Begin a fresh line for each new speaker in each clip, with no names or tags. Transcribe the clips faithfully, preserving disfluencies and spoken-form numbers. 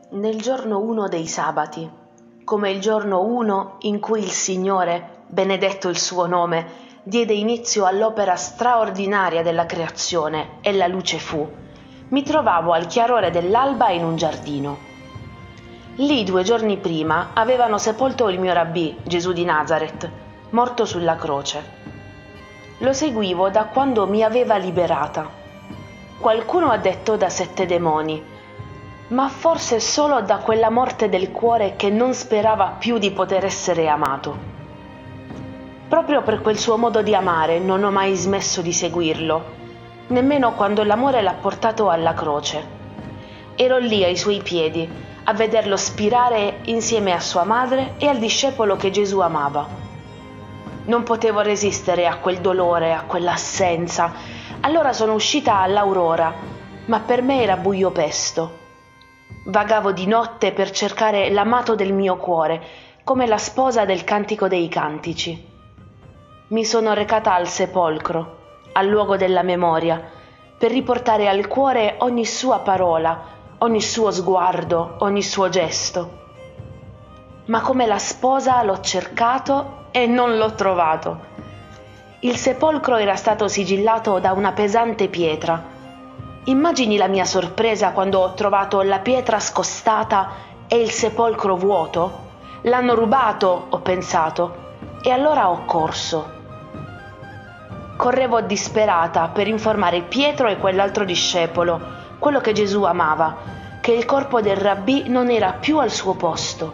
Nel giorno uno dei sabati, come il giorno uno in cui il Signore, benedetto il suo nome, diede inizio all'opera straordinaria della creazione e la luce fu, mi trovavo al chiarore dell'alba in un giardino. Lì due giorni prima avevano sepolto il mio rabbì, Gesù di Nazaret, morto sulla croce. Lo seguivo da quando mi aveva liberata. Qualcuno ha detto da sette demoni, ma forse solo da quella morte del cuore che non sperava più di poter essere amato. Proprio per quel suo modo di amare non ho mai smesso di seguirlo, nemmeno quando l'amore l'ha portato alla croce. Ero lì ai suoi piedi, a vederlo spirare insieme a sua madre e al discepolo che Gesù amava. Non potevo resistere a quel dolore, a quell'assenza. Allora sono uscita all'aurora, ma per me era buio pesto. Vagavo di notte per cercare l'amato del mio cuore, come la sposa del Cantico dei Cantici. Mi sono recata al sepolcro, al luogo della memoria, per riportare al cuore ogni sua parola, ogni suo sguardo, ogni suo gesto. Ma come la sposa l'ho cercato e non l'ho trovato. Il sepolcro era stato sigillato da una pesante pietra. Immagini la mia sorpresa quando ho trovato la pietra scostata e il sepolcro vuoto. L'hanno rubato, ho pensato, e allora ho corso. Correvo disperata per informare Pietro e quell'altro discepolo, quello che Gesù amava, che il corpo del rabbì non era più al suo posto.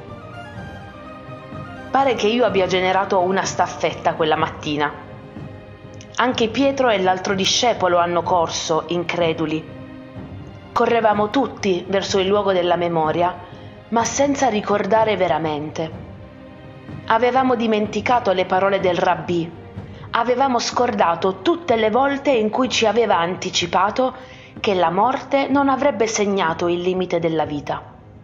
Pare che io abbia generato una staffetta quella mattina. Anche Pietro e l'altro discepolo hanno corso, increduli. Correvamo tutti verso il luogo della memoria, ma senza ricordare veramente. Avevamo dimenticato le parole del rabbì, avevamo scordato tutte le volte in cui ci aveva anticipato che la morte non avrebbe segnato il limite della vita.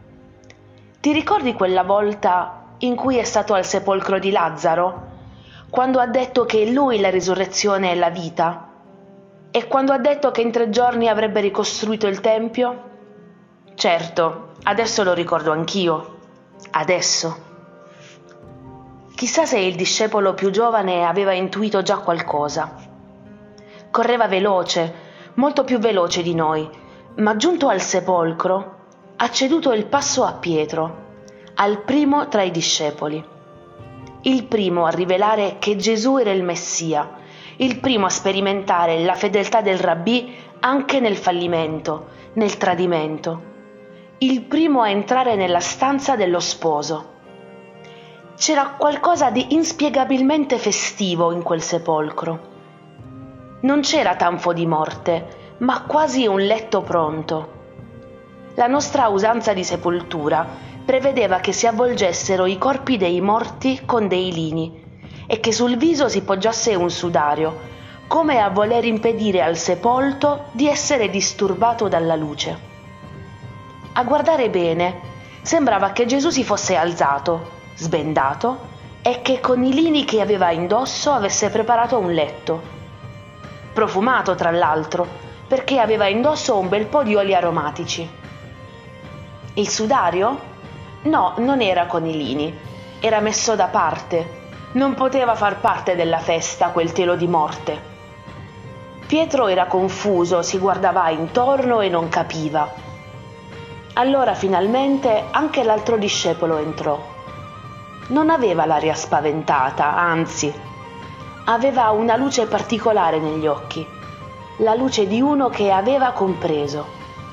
Ti ricordi quella volta in cui è stato al sepolcro di Lazzaro? Quando ha detto che è lui la risurrezione e la vita? E quando ha detto che in tre giorni avrebbe ricostruito il Tempio? Certo, adesso lo ricordo anch'io. Adesso. Chissà se il discepolo più giovane aveva intuito già qualcosa. Correva veloce, molto più veloce di noi, ma giunto al sepolcro ha ceduto il passo a Pietro, al primo tra i discepoli. Il primo a rivelare che Gesù era il Messia, il primo a sperimentare la fedeltà del rabbì anche nel fallimento, nel tradimento, il primo a entrare nella stanza dello sposo. C'era qualcosa di inspiegabilmente festivo in quel sepolcro. Non c'era tanfo di morte, ma quasi un letto pronto. La nostra usanza di sepoltura prevedeva che si avvolgessero i corpi dei morti con dei lini e che sul viso si poggiasse un sudario, come a voler impedire al sepolto di essere disturbato dalla luce. A guardare bene, sembrava che Gesù si fosse alzato, sbendato, e che con i lini che aveva indosso avesse preparato un letto. Profumato, tra l'altro, perché aveva indosso un bel po' di oli aromatici. Il sudario? No, non era con i lini, era messo da parte. Non poteva far parte della festa quel telo di morte. Pietro era confuso, si guardava intorno e non capiva. Allora finalmente anche l'altro discepolo entrò. Non aveva l'aria spaventata, anzi, aveva una luce particolare negli occhi, la luce di uno che aveva compreso.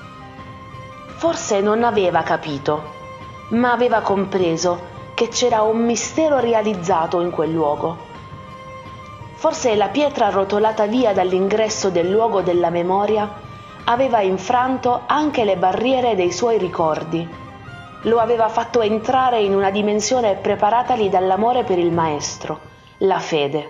Forse non aveva capito, ma aveva compreso che c'era un mistero realizzato in quel luogo. Forse la pietra rotolata via dall'ingresso del luogo della memoria aveva infranto anche le barriere dei suoi ricordi. Lo aveva fatto entrare in una dimensione preparatagli dall'amore per il Maestro, la fede.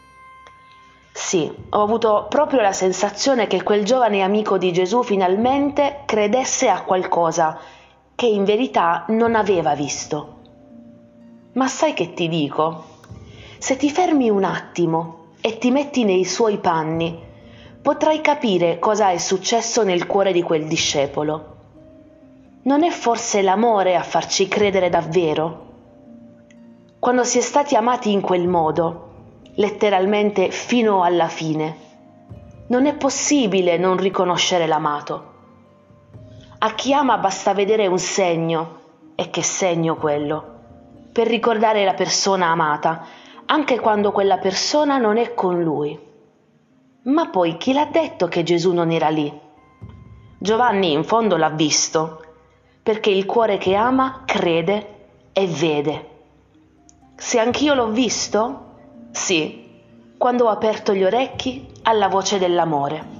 Sì, ho avuto proprio la sensazione che quel giovane amico di Gesù finalmente credesse a qualcosa che in verità non aveva visto. Ma sai che ti dico? Se ti fermi un attimo e ti metti nei suoi panni, potrai capire cosa è successo nel cuore di quel discepolo. Non è forse l'amore a farci credere davvero? Quando si è stati amati in quel modo, letteralmente fino alla fine, non è possibile non riconoscere l'amato. A chi ama basta vedere un segno, e che segno quello, per ricordare la persona amata, anche quando quella persona non è con lui. Ma poi chi l'ha detto che Gesù non era lì? Giovanni in fondo l'ha visto, perché il cuore che ama crede e vede. Se anch'io l'ho visto? Sì, quando ho aperto gli orecchi alla voce dell'amore.